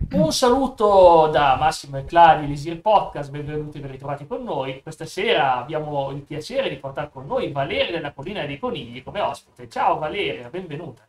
Un saluto da Massimo e Cla di Elisir Podcast, benvenuti e ben ritrovati con noi. Questa sera abbiamo il piacere di portare con noi Valeria della Collina dei Conigli come ospite. Ciao Valeria, benvenuta.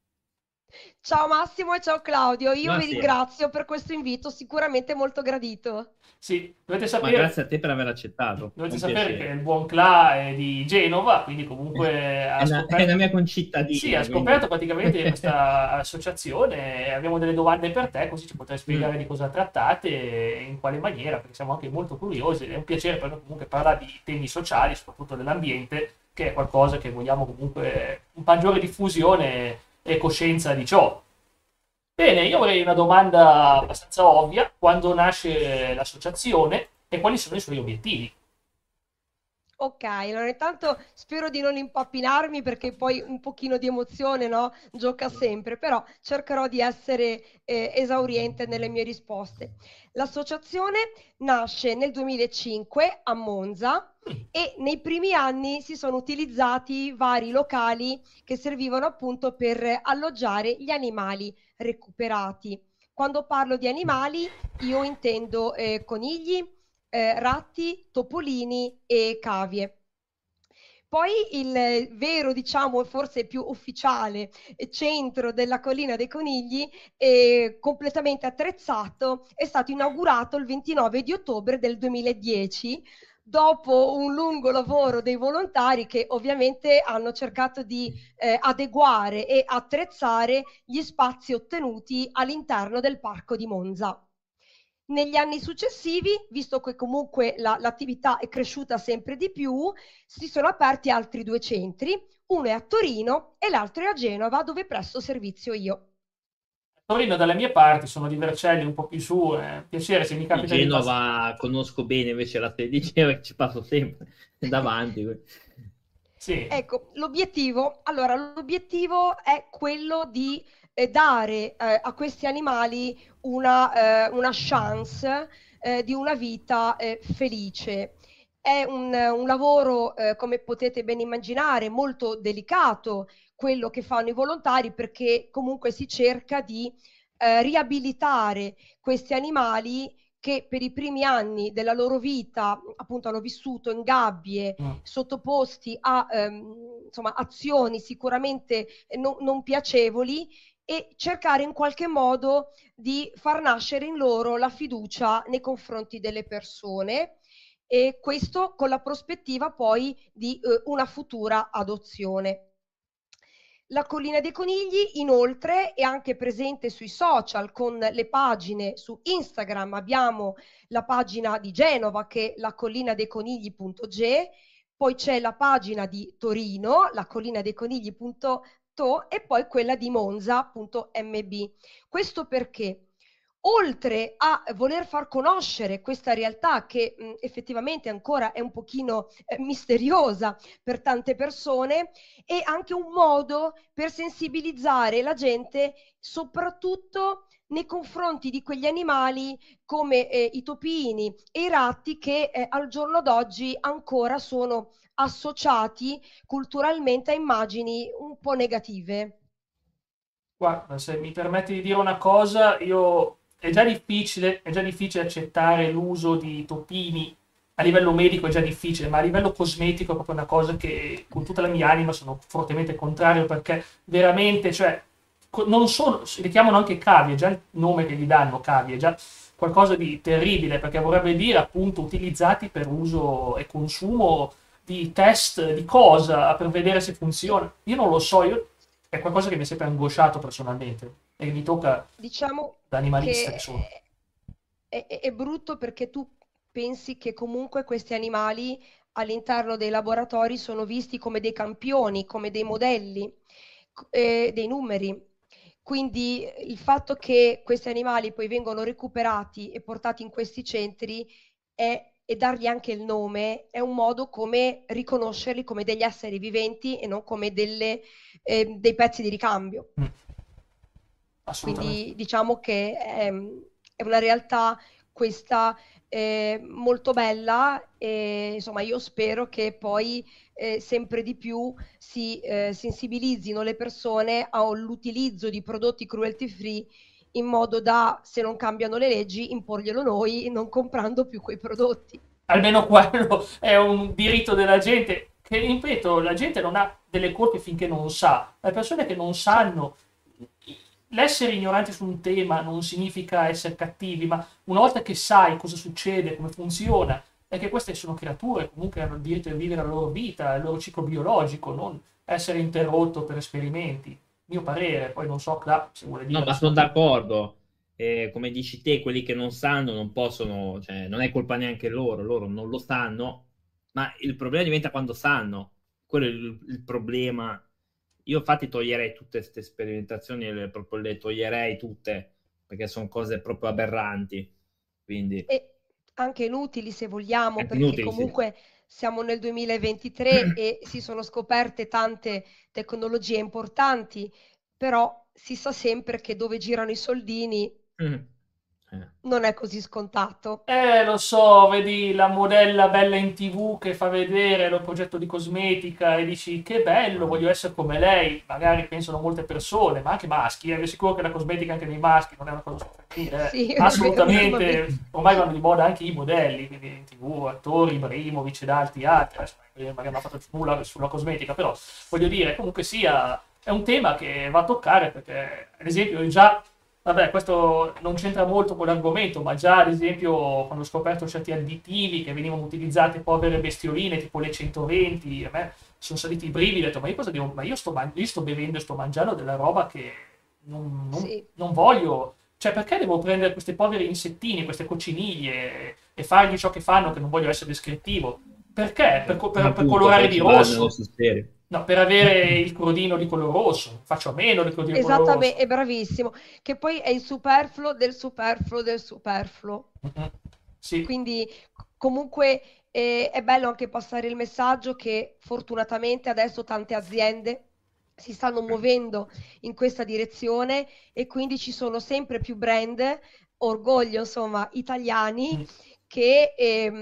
Ciao Massimo e ciao Claudio, io vi Buonasera, ringrazio per questo invito sicuramente molto gradito. Sì, ma grazie a te per aver accettato, è dovete un sapere che piacere. il buon Cla è di Genova, quindi comunque ha È una scoperto, mia sì, ha concittadina, scoperto quindi... praticamente questa associazione e abbiamo delle domande per te, così ci potrai Mm. spiegare di cosa trattate e in quale maniera, perché siamo anche molto curiosi. È un piacere per noi comunque parlare di temi sociali, soprattutto dell'ambiente, che è qualcosa che vogliamo comunque un maggiore diffusione e coscienza di ciò. Bene, io avrei una domanda abbastanza ovvia. Quando nasce l'associazione e quali sono i suoi obiettivi? Ok, allora intanto spero di non impappinarmi perché poi un pochino di emozione, no? Gioca sempre, però cercherò di essere esauriente nelle mie risposte. L'associazione nasce nel 2005 a Monza e nei primi anni si sono utilizzati vari locali che servivano appunto per alloggiare gli animali recuperati. Quando parlo di animali, io intendo conigli, ratti, topolini e cavie. Poi il vero, diciamo, forse più ufficiale centro della Collina dei Conigli, completamente attrezzato, è stato inaugurato il 29 di ottobre del 2010, dopo un lungo lavoro dei volontari che ovviamente hanno cercato di adeguare e attrezzare gli spazi ottenuti all'interno del parco di Monza. Negli anni successivi, visto che comunque l'attività è cresciuta sempre di più, si sono aperti altri due centri, uno è a Torino e l'altro è a Genova, dove presto servizio io. Torino dalle mie parti, sono di Vercelli, un po' più su, è un piacere se mi Di capita di passare. Genova conosco bene invece la 13, perché ci passo sempre davanti. Sì, Ecco, l'obiettivo è quello di dare a questi animali una chance di una vita felice. È un lavoro, come potete ben immaginare, molto delicato, quello che fanno i volontari, perché comunque si cerca di riabilitare questi animali che per i primi anni della loro vita appunto hanno vissuto in gabbie mm. sottoposti a insomma, azioni sicuramente non piacevoli e cercare in qualche modo di far nascere in loro la fiducia nei confronti delle persone e questo con la prospettiva poi di una futura adozione. La Collina dei Conigli inoltre è anche presente sui social con le pagine su Instagram. Abbiamo la pagina di Genova che è la collina dei conigli.ge, poi c'è la pagina di Torino, la collina dei conigli.to e poi quella di Monza.mb. Questo perché oltre a voler far conoscere questa realtà che effettivamente ancora è un pochino misteriosa per tante persone, è anche un modo per sensibilizzare la gente soprattutto nei confronti di quegli animali come i topini e i ratti che al giorno d'oggi ancora sono associati culturalmente a immagini un po' negative. Guarda, se mi permetti di dire una cosa, io è già difficile accettare l'uso di topini a livello medico, è già difficile, ma a livello cosmetico è proprio una cosa che con tutta la mia anima sono fortemente contrario perché veramente, cioè, non sono, li chiamano anche cavie, già il nome che gli danno cavie, è già qualcosa di terribile perché vorrebbe dire appunto utilizzati per uso e consumo di test di cosa per vedere se funziona. Io non lo so, è qualcosa che mi ha sempre angosciato personalmente e che mi tocca Diciamo da animalista che che sono. è brutto perché tu pensi che comunque questi animali all'interno dei laboratori sono visti come dei campioni, come dei modelli, dei numeri. Quindi il fatto che questi animali poi vengono recuperati e portati in questi centri e dargli anche il nome è un modo come riconoscerli come degli esseri viventi e non come dei pezzi di ricambio. Mm, assolutamente. Quindi diciamo che è una realtà questa molto bella e insomma io spero che poi sempre di più si sensibilizzino le persone all'utilizzo di prodotti cruelty free in modo da, se non cambiano le leggi, imporglielo noi, non comprando più quei prodotti. Almeno quello è un diritto della gente, che ripeto, la gente non ha delle colpe finché non sa. Le persone che non sanno, l'essere ignoranti su un tema non significa essere cattivi, ma una volta che sai cosa succede, come funziona, è che queste sono creature, comunque hanno il diritto di vivere la loro vita, il loro ciclo biologico, non essere interrotto per esperimenti. Mio parere, poi non so, se vuole No, dire la ma sua. sono d'accordo. Come dici te, quelli che non sanno non possono, cioè, non è colpa neanche loro non lo sanno, ma il problema diventa quando sanno. Quello è il problema. Io infatti toglierei tutte queste sperimentazioni, proprio le toglierei tutte, perché sono cose proprio aberranti. Quindi, E anche inutili se vogliamo, anche perché inutili, sì. comunque siamo nel 2023 e si sono scoperte tante tecnologie importanti, però si sa sempre che dove girano i soldini Mm. Eh. non è così scontato. Lo so, vedi la modella bella in TV che fa vedere lo progetto di cosmetica e dici che bello, voglio essere come lei. Magari pensano molte persone, ma anche maschi. Vi assicuro che la cosmetica anche dei maschi non è una cosa femminile. Sì, è vero, mamma mia. Assolutamente. Ormai vanno di moda anche i modelli, quindi in TV, attori, Ibrahimovic ed altri. Adesso magari non ha fatto nulla sulla cosmetica, però voglio dire, comunque sia, è un tema che va a toccare perché, ad esempio, già. Vabbè, questo non c'entra molto con l'argomento, ma già ad esempio quando ho scoperto certi additivi che venivano utilizzati per povere bestioline, tipo le 120, a me sono saliti i brividi, ho detto, ma io cosa devo, ma io sto bevendo e sto mangiando della roba che Sì, non voglio, cioè perché devo prendere questi poveri insettini, queste cocciniglie e fargli ciò che fanno, che non voglio essere descrittivo? Perché? Per Appunto, colorare poi di ci basano rosso? sul serio. No, per avere il crodino di color rosso, faccio a meno del crodino di color esattamente, rosso. è bravissimo, che poi è il superfluo del superfluo del superfluo. Mhm. Sì. Quindi comunque è bello anche passare il messaggio che fortunatamente adesso tante aziende si stanno muovendo in questa direzione e quindi ci sono sempre più brand, orgoglio insomma, italiani Mm. che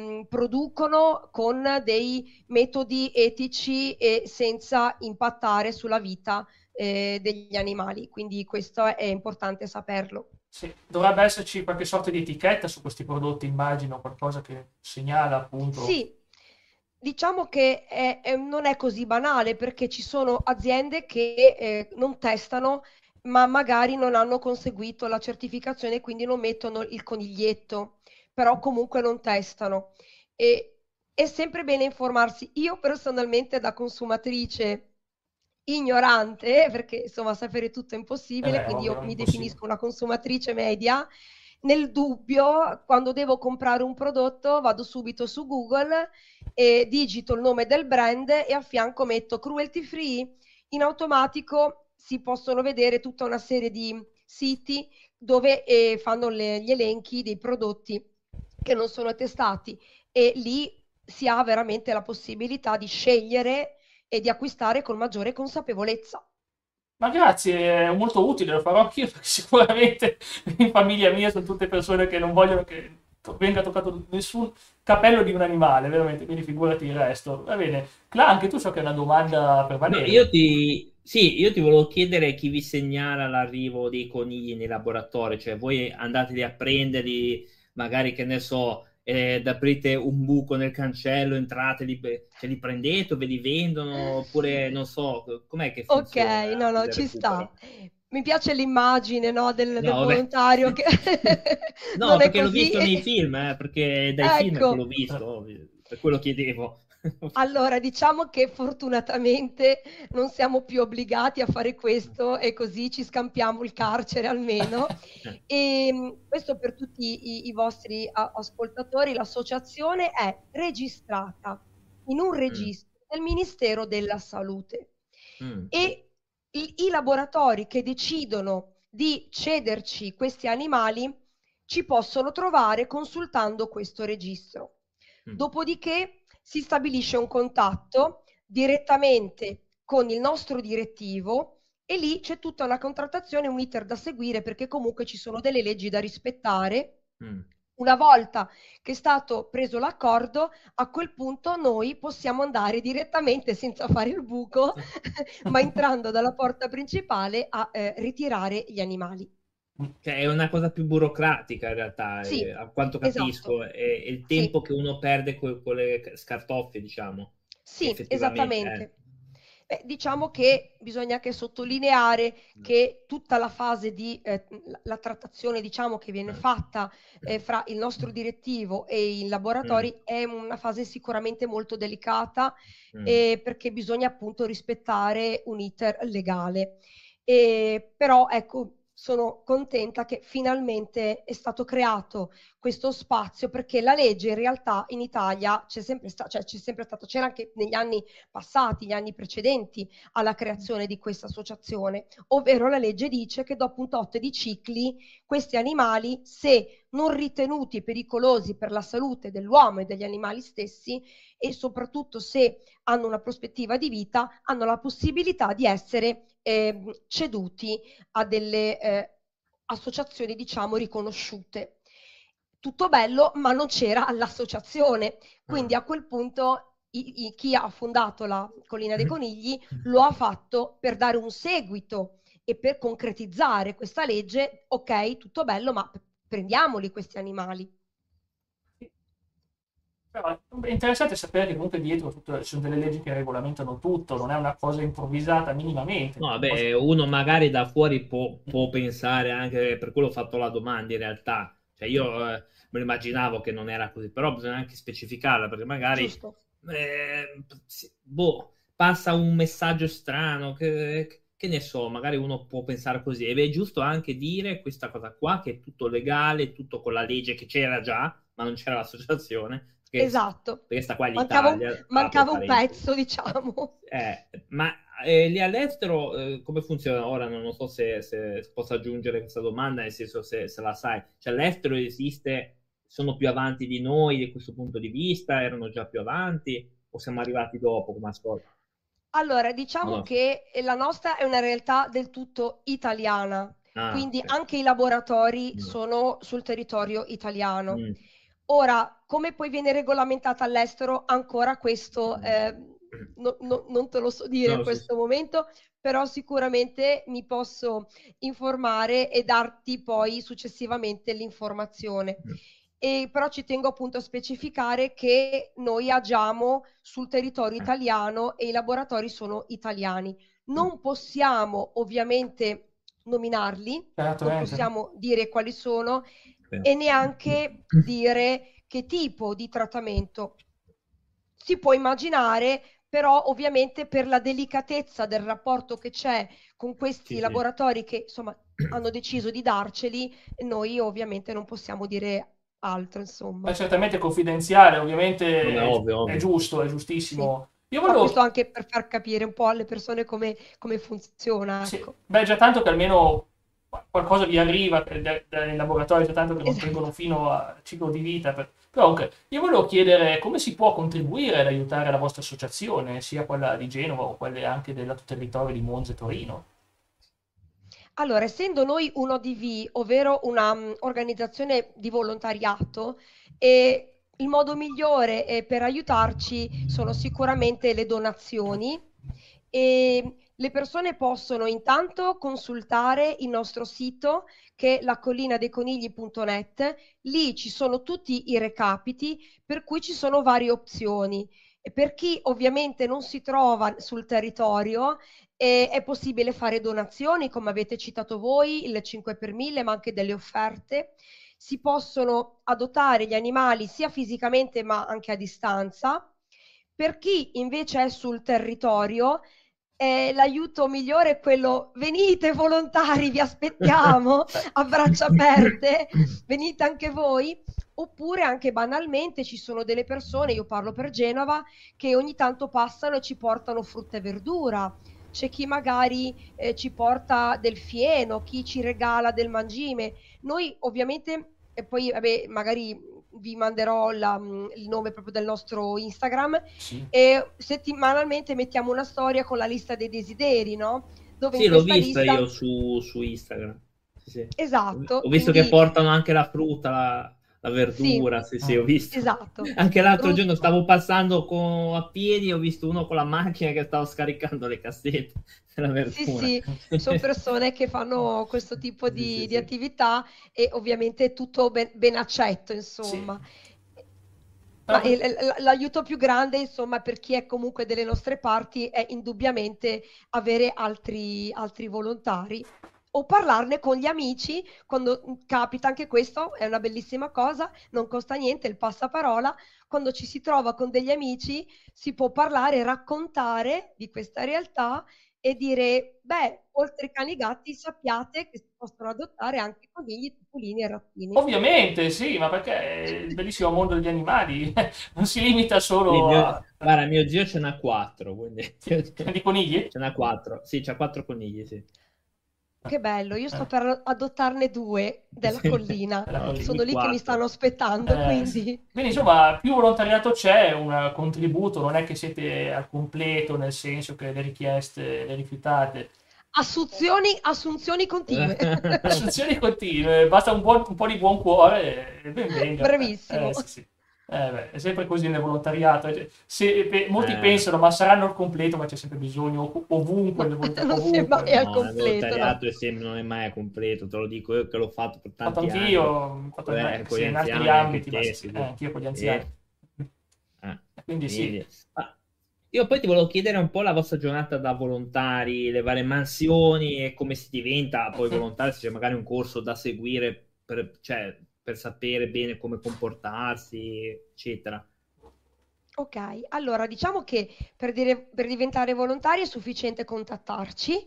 producono con dei metodi etici e senza impattare sulla vita degli animali. Quindi questo è importante saperlo. Sì, dovrebbe esserci qualche sorta di etichetta su questi prodotti, immagino, qualcosa che segnala appunto. Sì, diciamo che non è così banale perché ci sono aziende che non testano, ma magari non hanno conseguito la certificazione e quindi non mettono il coniglietto, però comunque non testano. E è sempre bene informarsi. Io personalmente da consumatrice ignorante, perché insomma sapere tutto è impossibile, quindi Ovvio, io non è mi impossibile. definisco una consumatrice media. Nel dubbio, quando devo comprare un prodotto, vado subito su Google e digito il nome del brand e a fianco metto cruelty free. In automatico si possono vedere tutta una serie di siti dove fanno gli elenchi dei prodotti che non sono testati e lì si ha veramente la possibilità di scegliere e di acquistare con maggiore consapevolezza. Ma grazie, è molto utile, lo farò anch'io perché sicuramente in famiglia mia sono tutte persone che non vogliono che venga toccato nessun capello di un animale, veramente, quindi figurati il resto. Va bene. Cla, anche tu so che è una domanda per No, Valerio. sì, io ti volevo chiedere chi vi segnala l'arrivo dei conigli nei laboratori, cioè voi andate lì a prenderli, magari che ne so, aprite un buco nel cancello, entrate, ce li prendete o ve li vendono, oppure non so, com'è che Ok, no, funziona no, il ci sta. recupero? Mi piace l'immagine, no, del No, vabbè. volontario che No, non è perché l'ho così. visto nei film, perché dai film che Ecco, l'ho visto, per quello chiedevo. allora diciamo che fortunatamente non siamo più obbligati a fare questo e così ci scampiamo il carcere almeno. E questo per tutti i vostri ascoltatori, l'associazione è registrata in un Mm, registro del Ministero della Salute mm, e i laboratori che decidono di cederci questi animali ci possono trovare consultando questo registro. mm. Dopodiché si stabilisce un contatto direttamente con il nostro direttivo e lì c'è tutta una contrattazione, un iter da seguire perché comunque ci sono delle leggi da rispettare. Mm. Una volta che è stato preso l'accordo, a quel punto noi possiamo andare direttamente senza fare il buco, ma entrando dalla porta principale a ritirare gli animali. Cioè, è una cosa più burocratica in realtà, Sì, a quanto esatto. capisco, è il Sì. tempo che uno perde con le scartoffie, diciamo, Sì, effettivamente. esattamente. Beh, diciamo che bisogna anche sottolineare che tutta la fase di la trattazione, diciamo, che viene fatta fra il nostro direttivo e i Mm, laboratori è una fase sicuramente molto delicata, mm, perché bisogna appunto rispettare un iter legale. Però ecco, sono contenta che finalmente è stato creato questo spazio, perché la legge in realtà in Italia cioè c'è sempre stato, c'era anche negli anni passati, gli anni precedenti alla creazione di questa associazione, ovvero la legge dice che dopo un tot di cicli questi animali, se non ritenuti pericolosi per la salute dell'uomo e degli animali stessi, e soprattutto se hanno una prospettiva di vita, hanno la possibilità di essere ceduti a delle associazioni, diciamo, riconosciute. Tutto bello, ma non c'era l'associazione. Quindi mm. a quel punto chi ha fondato la Collina dei Conigli lo ha fatto per dare un seguito e per concretizzare questa legge. Ok, tutto bello, ma prendiamoli questi animali. Però è interessante sapere che comunque dietro ci sono delle leggi che regolamentano tutto, non è una cosa improvvisata minimamente. No, Una cosa... vabbè, uno magari da fuori può pensare anche, per quello ho fatto la domanda in realtà, cioè io me lo immaginavo che non era così, però bisogna anche specificarla perché magari Giusto. boh, passa un messaggio strano, che ne so, magari uno può pensare così, ed è giusto anche dire questa cosa qua, che è tutto legale, tutto con la legge che c'era già, ma non c'era l'associazione, Esatto. perché sta qua in Mancava un, Italia, apro mancava un parentesi. pezzo, diciamo. Ma lì all'estero come funziona? Ora non so se posso aggiungere questa domanda, nel senso se la sai. Cioè all'estero esiste, sono più avanti di noi da questo punto di vista, erano già più avanti o siamo arrivati dopo come ascolto? Allora, No, diciamo no. che la nostra è una realtà del tutto italiana, Ah, quindi ok. anche i laboratori Mm. sono sul territorio italiano. Mm. Ora, come poi viene regolamentata all'estero, ancora questo non te lo so dire in No, sì, sì. questo momento, però sicuramente mi posso informare e darti poi successivamente l'informazione. Mm. E però ci tengo appunto a specificare che noi agiamo sul territorio italiano e i laboratori sono italiani. Mm. Non possiamo ovviamente nominarli, non Certamente. possiamo dire quali sono Ok. e neanche dire che tipo di trattamento. Si può immaginare, però ovviamente per la delicatezza del rapporto che c'è con Sì, questi sì. laboratori che insomma hanno deciso di darceli, noi ovviamente non possiamo dire altro, È insomma. certamente confidenziale, Non è ovviamente ovvio, è ovvio. giusto, è Sì, giustissimo. Io ma questo volevo, anche per far capire un po' alle persone come funziona, sì, ecco. beh, già tanto che almeno qualcosa vi arriva dai laboratori, già tanto che non tengono Esatto. fino al ciclo di vita. Però comunque, io volevo chiedere come si può contribuire ad aiutare la vostra associazione, sia quella di Genova o quelle anche del lato territorio di Monza e Torino. Allora, essendo noi un ODV, ovvero una organizzazione di volontariato, il modo migliore per aiutarci sono sicuramente le donazioni e le persone possono intanto consultare il nostro sito che è lacollinadeiconigli.net. Lì ci sono tutti i recapiti per cui ci sono varie opzioni. E per chi ovviamente non si trova sul territorio, è possibile fare donazioni, come avete citato voi, il 5 per 1000, ma anche delle offerte. Si possono adottare gli animali sia fisicamente ma anche a distanza. Per chi invece è sul territorio, l'aiuto migliore è quello: venite volontari, vi aspettiamo a braccia aperte, venite anche voi. Oppure anche banalmente ci sono delle persone, io parlo per Genova, che ogni tanto passano e ci portano frutta e verdura. C'è chi magari ci porta del fieno, chi ci regala del mangime. Noi ovviamente, e poi vabbè, magari vi manderò il nome proprio del nostro Instagram, Sì. e settimanalmente mettiamo una storia con la lista dei desideri, no? Dove in Sì, l'ho questa visto io lista, su Instagram. Sì, sì. Ho esatto, visto che quindi portano anche la frutta, la Sì, verdura, sì, ho visto. esatto. Anche l'altro giorno Frutta. stavo passando a piedi, ho visto uno con la macchina che stava scaricando le cassette della Sì, verdura. sì, sono persone che fanno questo tipo Sì, sì, di sì. attività e ovviamente è tutto ben accetto, Sì. insomma. Ma Però- l'aiuto più grande, insomma, per chi è comunque delle nostre parti è indubbiamente avere altri volontari o parlarne con gli amici quando capita, anche questo è una bellissima cosa, non costa niente, il passaparola, quando ci si trova con degli amici si può parlare, raccontare di questa realtà e dire, beh, oltre ai cani e gatti sappiate che si possono adottare anche conigli, topolini e rattini. Ovviamente, sì, ma perché è il bellissimo mondo degli animali non si limita Sì, solo a... guarda, mio zio ce n'ha quattro, quindi di conigli? ce n'ha quattro. Sì, c'ha quattro conigli, sì. Che bello, io sto Eh, per adottarne due della collina. della No, collina. Sono lui lì che mi stanno quattro. aspettando, Sì. quindi Quindi insomma, più volontariato c'è, un contributo, non è che siete al completo, nel senso che le richieste le rifiutate. assunzioni continue. Assunzioni continue, basta un po' di buon cuore e ben venga. Bravissimo. Sì, sì. Beh, è sempre così nel volontariato. Molti Eh, pensano, ma saranno al completo, ma c'è sempre bisogno ovunque, Ma nel non sei ovunque. mai al no, il completo, no. volontariato è sempre, non è mai completo, te lo dico io che l'ho fatto per Ho fatto tanti anch'io, anni, ho fatto con sì, gli in altri anziani anche ambiti, ma sì, te, sì, figurati. anch'io con gli anziani. Eh, eh, Quindi sì. quindi, ma io poi ti volevo chiedere un po' la vostra giornata da volontari, le varie mansioni e come si diventa poi volontari, se c'è magari un corso da seguire cioè, per sapere bene come comportarsi, eccetera. Ok, allora diciamo che per diventare volontari è sufficiente contattarci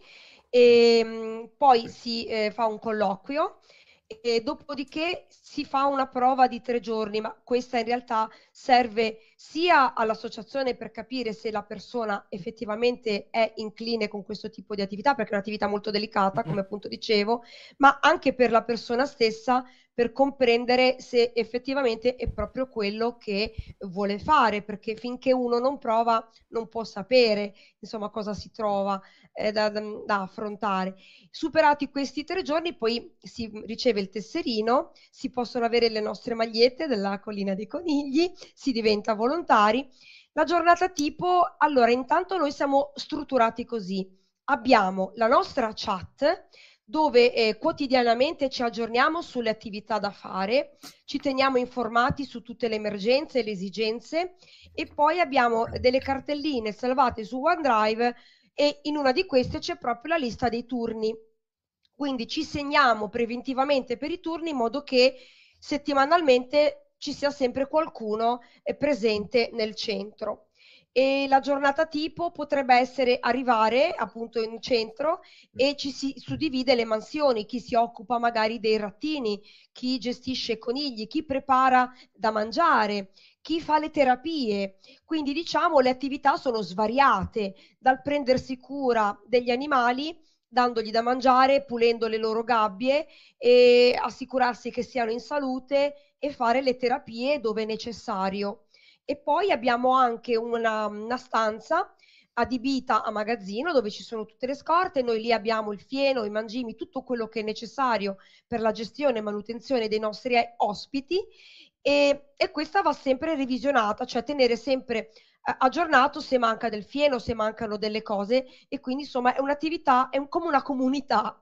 e poi si fa un colloquio e dopodiché si fa una prova di 3 giorni, ma questa in realtà serve sia all'associazione per capire se la persona effettivamente è incline con questo tipo di attività, perché è un'attività molto delicata, come appunto dicevo, ma anche per la persona stessa per comprendere se effettivamente è proprio quello che vuole fare, perché finché uno non prova non può sapere, insomma, cosa si trova da affrontare. Superati questi 3 giorni, poi si riceve il tesserino, si possono avere le nostre magliette della Collina dei Conigli, si diventa volontari. La giornata tipo, allora, intanto noi siamo strutturati così. Abbiamo la nostra chat dove quotidianamente ci aggiorniamo sulle attività da fare, ci teniamo informati su tutte le emergenze e le esigenze e poi abbiamo delle cartelline salvate su OneDrive e in una di queste c'è proprio la lista dei turni. Quindi ci segniamo preventivamente per i turni in modo che settimanalmente ci sia sempre qualcuno presente nel centro. E la giornata tipo potrebbe essere arrivare appunto in centro e ci si suddivide le mansioni, chi si occupa magari dei rattini, chi gestisce conigli, chi prepara da mangiare, chi fa le terapie. Quindi diciamo le attività sono svariate, dal prendersi cura degli animali dandogli da mangiare, pulendo le loro gabbie e assicurarsi che siano in salute e fare le terapie dove è necessario. E poi abbiamo anche una stanza adibita a magazzino dove ci sono tutte le scorte, noi lì abbiamo il fieno, i mangimi, tutto quello che è necessario per la gestione e manutenzione dei nostri ospiti e questa va sempre revisionata, cioè tenere sempre aggiornato se manca del fieno, se mancano delle cose e quindi insomma è un'attività, come una comunità.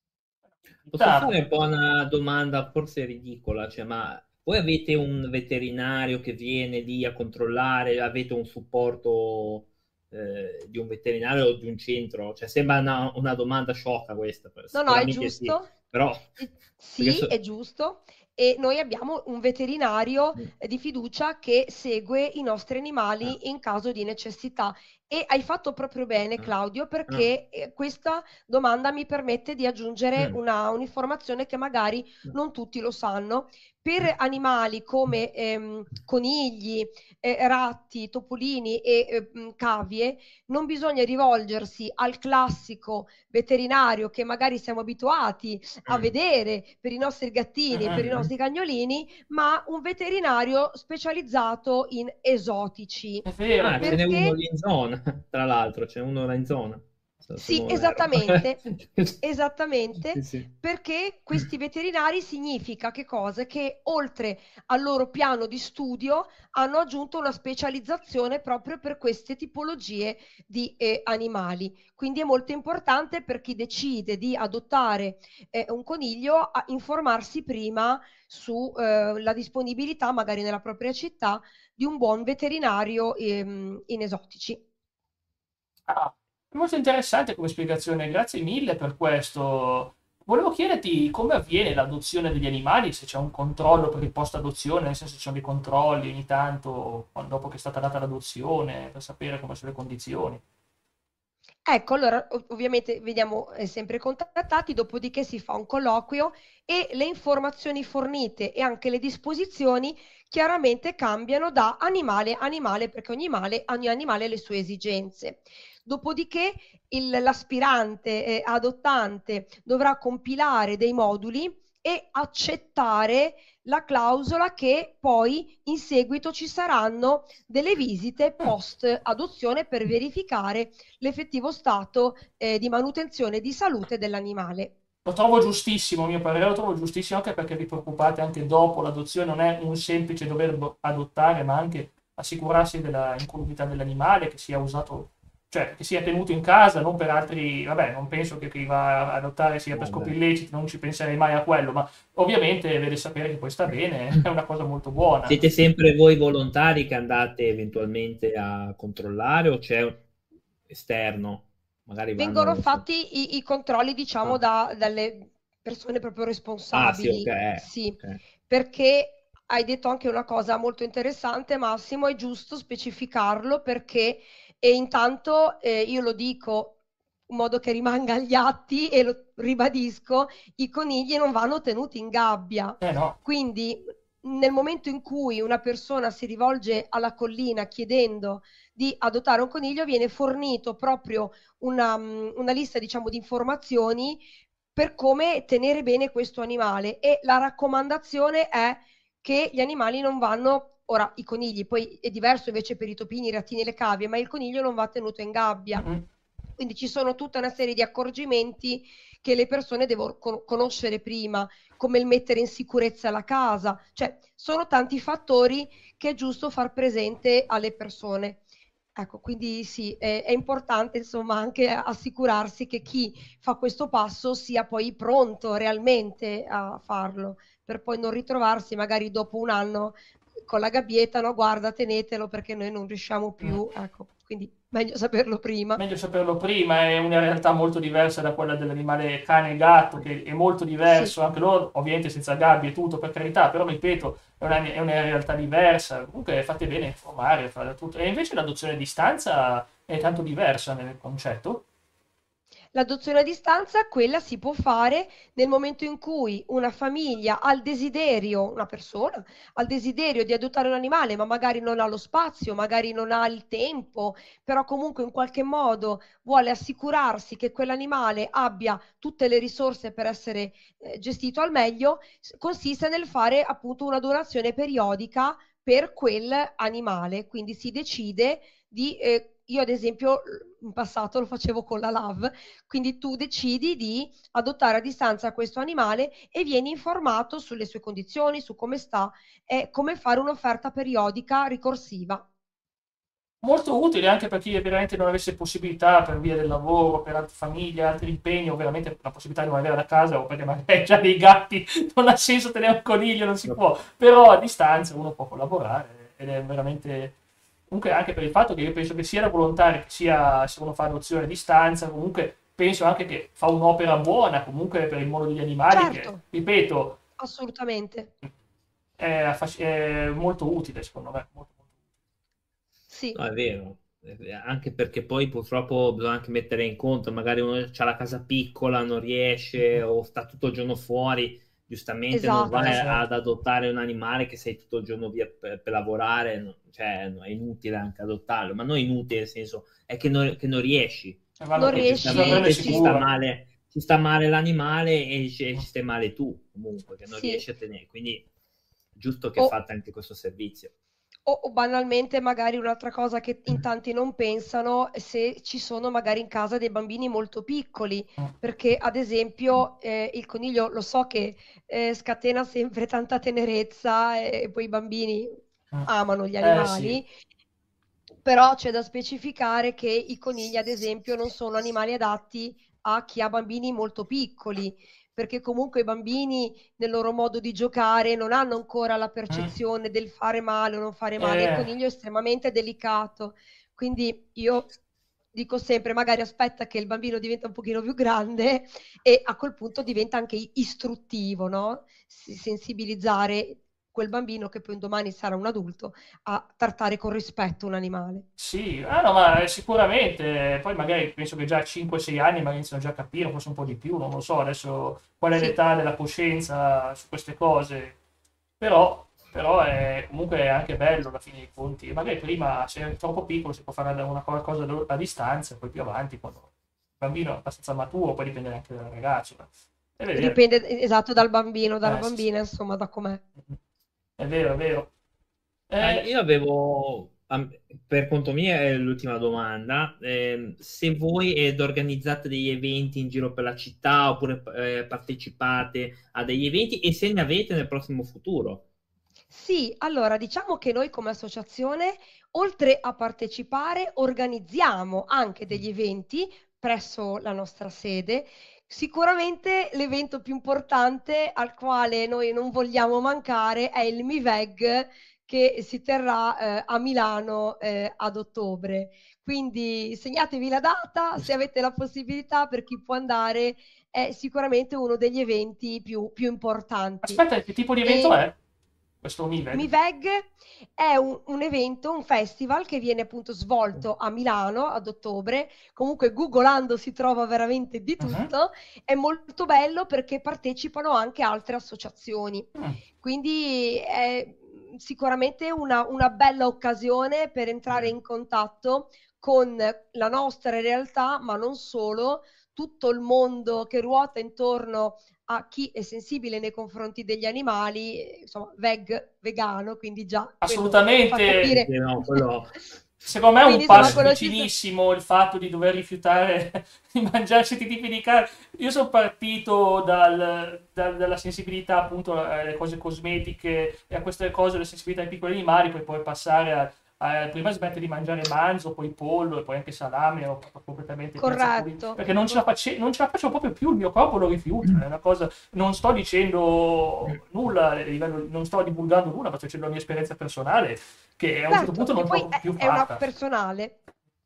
Posso fare un po' una domanda forse ridicola, cioè, ma voi avete un veterinario che viene lì a controllare, avete un supporto di un veterinario o di un centro? Cioè, sembra una domanda sciocca questa, No, no, è sicuramente sì, giusto. però... perché Sì, è giusto. E noi abbiamo un veterinario Mm, di fiducia che segue i nostri ah, animali in caso di necessità. E hai fatto proprio bene, ah, Claudio, ah, perché questa domanda mi permette di aggiungere mm, un'informazione che magari mm, non tutti lo sanno. Per animali come conigli, ratti, topolini e cavie, non bisogna rivolgersi al classico veterinario che magari siamo abituati a mm, vedere per i nostri gattini e per i mm. nostri cagnolini, ma un veterinario specializzato in esotici. è vero, è Ah, ce vero. n'è uno Perché lì in zona, tra l'altro, c'è uno là in zona. Sì, sono esattamente, Sì, esattamente, sì. perché questi veterinari significa che cosa? Che oltre al loro piano di studio hanno aggiunto una specializzazione proprio per queste tipologie di animali. Quindi è molto importante per chi decide di adottare un coniglio a informarsi prima su la disponibilità, magari nella propria città, di un buon veterinario in esotici. Ah, molto interessante come spiegazione, grazie mille per questo. Volevo chiederti come avviene l'adozione degli animali, se c'è un controllo per il post-adozione, nel senso ci sono dei controlli ogni tanto, dopo che è stata data l'adozione, per sapere come sono le condizioni. Ecco, allora ovviamente veniamo sempre contattati, dopodiché si fa un colloquio e le informazioni fornite e anche le disposizioni chiaramente cambiano da animale a animale perché ogni animale ha le sue esigenze. Dopodiché l'aspirante adottante dovrà compilare dei moduli e accettare la clausola che poi in seguito ci saranno delle visite Mm. post adozione per verificare l'effettivo stato di manutenzione e di salute dell'animale. Lo trovo giustissimo, a mio parere lo trovo giustissimo anche perché vi preoccupate anche dopo l'adozione, non è un semplice dover adottare, ma anche assicurarsi della incolumità dell'animale, che sia usato, cioè che sia tenuto in casa, non per altri, vabbè, non penso che chi va ad adottare sia per scopi Vabbè. illeciti, non ci penserei mai a quello, ma ovviamente deve sapere che poi sta bene, è una cosa molto buona. Siete sempre voi volontari che andate eventualmente a controllare o c'è un esterno? Magari vanno, non Vengono lo so. fatti i controlli, diciamo, Ah, dalle persone proprio ah, sì, ok, responsabili, sì, ok. perché hai detto anche una cosa molto interessante, Massimo, è giusto specificarlo perché e intanto io lo dico in modo che rimanga agli atti e lo ribadisco, i conigli non vanno tenuti in gabbia. Eh no, Quindi nel momento in cui una persona si rivolge alla collina chiedendo di adottare un coniglio, viene fornito proprio una lista, diciamo, di informazioni per come tenere bene questo animale e la raccomandazione è che gli animali non vanno, ora i conigli, poi è diverso invece per i topini, i rattini e le cavie, ma il coniglio non va tenuto in gabbia. mm-mm. Quindi ci sono tutta una serie di accorgimenti che le persone devono conoscere prima, come il mettere in sicurezza la casa, cioè sono tanti fattori che è giusto far presente alle persone. Ecco, quindi sì, è importante insomma anche assicurarsi che chi fa questo passo sia poi pronto realmente a farlo, per poi non ritrovarsi magari dopo un anno con la gabbietta, no, guarda, tenetelo perché noi non riusciamo Mm. più, ecco, quindi meglio saperlo prima. Meglio saperlo prima, è una realtà molto diversa da quella dell'animale cane e gatto, che è molto Sì. diverso, anche loro ovviamente senza gabbie e tutto, per carità, però ripeto, è una realtà diversa, comunque fate bene a informare, a fare tutto. E invece l'adozione a distanza è tanto diversa nel concetto? L'adozione a distanza, quella si può fare nel momento in cui una famiglia ha il desiderio, una persona ha il desiderio di adottare un animale, ma magari non ha lo spazio, magari non ha il tempo, però comunque in qualche modo vuole assicurarsi che quell'animale abbia tutte le risorse per essere gestito al meglio, consiste nel fare appunto una donazione periodica per quell'animale. Quindi si decide di, io ad esempio in passato lo facevo con la LAV, quindi tu decidi di adottare a distanza questo animale e vieni informato sulle sue condizioni, su come sta e come fare un'offerta periodica ricorsiva. Molto utile anche per chi veramente non avesse possibilità per via del lavoro, per altre famiglie, altri impegni, o veramente la possibilità di non avere da casa, o perché magari già dei gatti, non ha senso tenere un coniglio, non si può, però a distanza uno può collaborare ed è veramente. Comunque anche per il fatto che io penso che sia da volontari, che sia se uno fa adozione a distanza, comunque penso anche che fa un'opera buona comunque per il mondo degli animali, Certo, che ripeto, assolutamente. è molto utile secondo me. Molto, molto Sì, No, è vero. Anche perché poi purtroppo bisogna anche mettere in conto, magari uno ha la casa piccola, non riesce utile. o sta tutto il giorno fuori, giustamente non vai esatto. Certo. ad adottare un animale che sei tutto il giorno via per lavorare, cioè no, è inutile anche adottarlo, ma non inutile nel senso è che non riesci, E vanno Non perché bisogna riesci, giustamente prendersi sì, cura. ci sta male l'animale e ci stai male tu comunque, che non sì. riesci a tenere, quindi è giusto che O fate anche questo servizio. O banalmente magari un'altra cosa che in tanti non pensano, se ci sono magari in casa dei bambini molto piccoli, perché ad esempio il coniglio lo so che scatena sempre tanta tenerezza e poi i bambini amano gli Sì. animali, però c'è da specificare che i conigli, ad esempio, non sono animali adatti a chi ha bambini molto piccoli, perché comunque i bambini nel loro modo di giocare non hanno ancora la Mm. percezione del fare male o non fare male. Il Eh, coniglio è estremamente delicato, quindi io dico sempre, magari aspetta che il bambino diventa un pochino più grande e a quel punto diventa anche istruttivo, no? Sensibilizzare quel bambino che poi un domani sarà un adulto a trattare con rispetto un animale. sì, no, ma sicuramente, poi magari penso che già a 5-6 anni magari iniziano già a capire, forse un po' di più, non lo so adesso qual è Sì, l'età della coscienza su queste cose, però comunque è anche bello alla fine dei conti, magari prima se è troppo piccolo si può fare una cosa a distanza, poi più avanti, quando il bambino è abbastanza maturo, poi dipende anche dal ragazzo, ma è vedere. dipende esatto dal bambino, dalla Sì, sì. bambina, insomma, da com'è. È vero, è vero. Io avevo, per conto mio, è l'ultima domanda, se voi organizzate degli eventi in giro per la città oppure partecipate a degli eventi e se ne avete nel prossimo futuro. Sì, allora diciamo che noi come associazione, oltre a partecipare, organizziamo anche degli eventi presso la nostra sede. Sicuramente l'evento più importante al quale noi non vogliamo mancare è il MIVEG che si terrà a Milano ad ottobre. Quindi segnatevi la data, se avete la possibilità, per chi può andare, è sicuramente uno degli eventi più importanti. Aspetta, che tipo di evento E è questo MIVEG? MiVeg è un evento, un festival che viene appunto svolto a Milano ad ottobre. Comunque, googolando si trova veramente di Mhm. tutto. È molto bello perché partecipano anche altre associazioni. Mm. Quindi è sicuramente una bella occasione per entrare in contatto con la nostra realtà, ma non solo, tutto il mondo che ruota intorno a chi è sensibile nei confronti degli animali, insomma, vegano, quindi già quello fa Assolutamente, capire. No, quello... secondo me è Quindi un insomma, passo quello ci sta. vicinissimo il fatto di dover rifiutare di mangiare certi tipi di carne. Io sono partito dalla sensibilità appunto alle cose cosmetiche e a queste cose, la sensibilità ai piccoli animali, poi passare prima smettere di mangiare manzo, poi pollo e poi anche salame o completamente piazza pulita, Corretto. perché non ce la faccio proprio più, il mio corpo lo rifiuta, è una cosa, non sto dicendo nulla, non sto divulgando nulla, ma sto dicendo la mia esperienza personale, che a un certo Certo, punto che non ce poi l'ho più è una fatta. personale.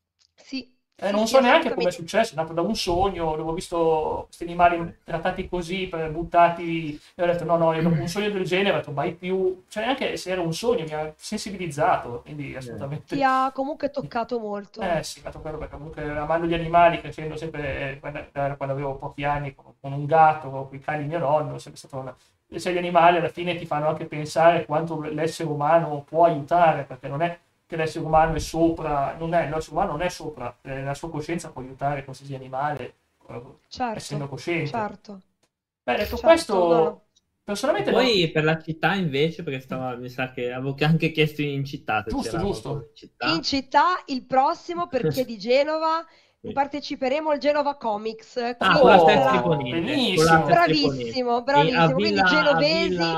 Sì, sì, Non sì, so neanche come è assolutamente. successo, è nato da un sogno dove ho visto questi animali trattati così, buttati, e ho detto no, no, io dopo un sogno del genere ho detto mai più, cioè neanche se era un sogno, mi ha sensibilizzato, quindi Ti assolutamente. ha comunque toccato molto. Sì, mi ha toccato perché comunque amando gli animali, crescendo sempre quando avevo pochi anni con un gatto, con i cani di mio nonno, è sempre stato una. Cioè, gli animali alla fine ti fanno anche pensare quanto l'essere umano può aiutare, perché non è che l'essere umano è sopra, l'essere umano non è sopra, la sua coscienza può aiutare qualsiasi animale, essendo Certo, cosciente. certo, Beh, detto certo, no, questo, no. E personalmente no. poi per la città invece, perché mi sa che avevo anche chiesto in città se Giusto, c'era qualcosa giusto. in In città. città, il prossimo, per chi è di Genova, Sì. parteciperemo al Genova Comics, Ah, con la quindi Sesta sarà Oh, Triponente, con la benissimo. Sesta Triponente. bravissimo, E bravissimo. Quindi A genovesi.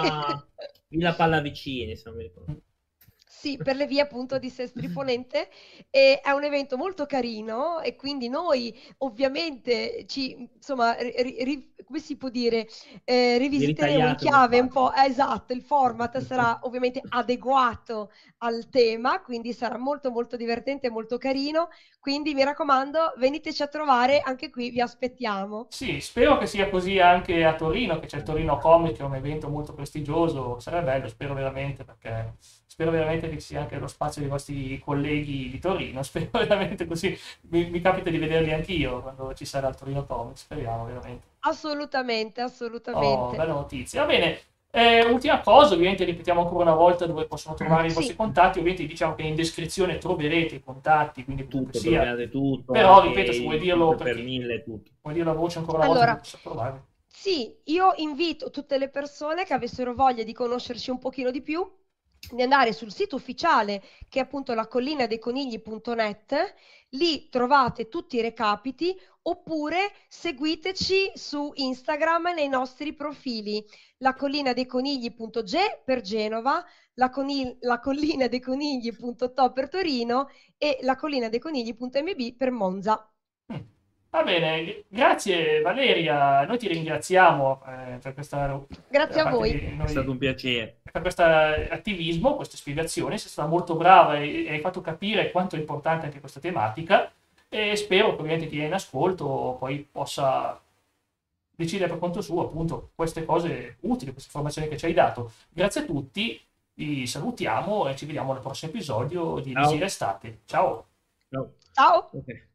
Villa Pallavicini, se non mi ricordo. Sì, per le vie appunto di Sestri Ponente e è un evento molto carino e quindi noi ovviamente insomma, come si può dire, Vi rivisiteremo in ritagliate uno chiave un spazio. po', esatto, il format sarà ovviamente adeguato al tema, quindi sarà molto molto divertente e molto carino, quindi mi raccomando, veniteci a trovare, anche qui vi aspettiamo. Sì, spero che sia così anche a Torino, che c'è il Torino Comic, che è un evento molto prestigioso, sarebbe bello, spero veramente, perché spero veramente che ci sia anche lo spazio dei vostri colleghi di Torino, spero veramente così, mi capita di vederli anch'io quando ci sarà il Torino Comic, speriamo veramente. Assolutamente, Oh, assolutamente. bella notizia. Va bene, ultima cosa, ovviamente ripetiamo ancora una volta dove possono trovare i vostri Sì. contatti, ovviamente diciamo che in descrizione troverete i contatti, quindi comunque Tutto, sia, troviate tutto, però anche ripeto, se vuoi il dirlo 5 per per chi, 1000, tutto. vuoi dire la voce ancora una volta, dove Allora, posso trovarvi? sì, io invito tutte le persone che avessero voglia di conoscerci un pochino di più di andare sul sito ufficiale che è appunto lacollinadeiconigli.net. Lì trovate tutti i recapiti, oppure seguiteci su Instagram nei nostri profili la collina dei conigli.ge per Genova, la collina dei conigli.to per Torino e la collina dei conigli.mb per Monza. Mm. Va bene, grazie Valeria, noi ti ringraziamo per questa, Grazie da a parte voi. di È stato noi, un piacere. per questo attivismo, queste spiegazioni, sei stata molto brava e hai fatto capire quanto è importante anche questa tematica e spero che ovviamente chi è in ascolto poi possa decidere per conto suo appunto queste cose utili, queste informazioni che ci hai dato. Grazie a tutti, vi salutiamo e ci vediamo al prossimo episodio di Elisir Ciao. Estate. Ciao! Ciao. Ciao! Ok.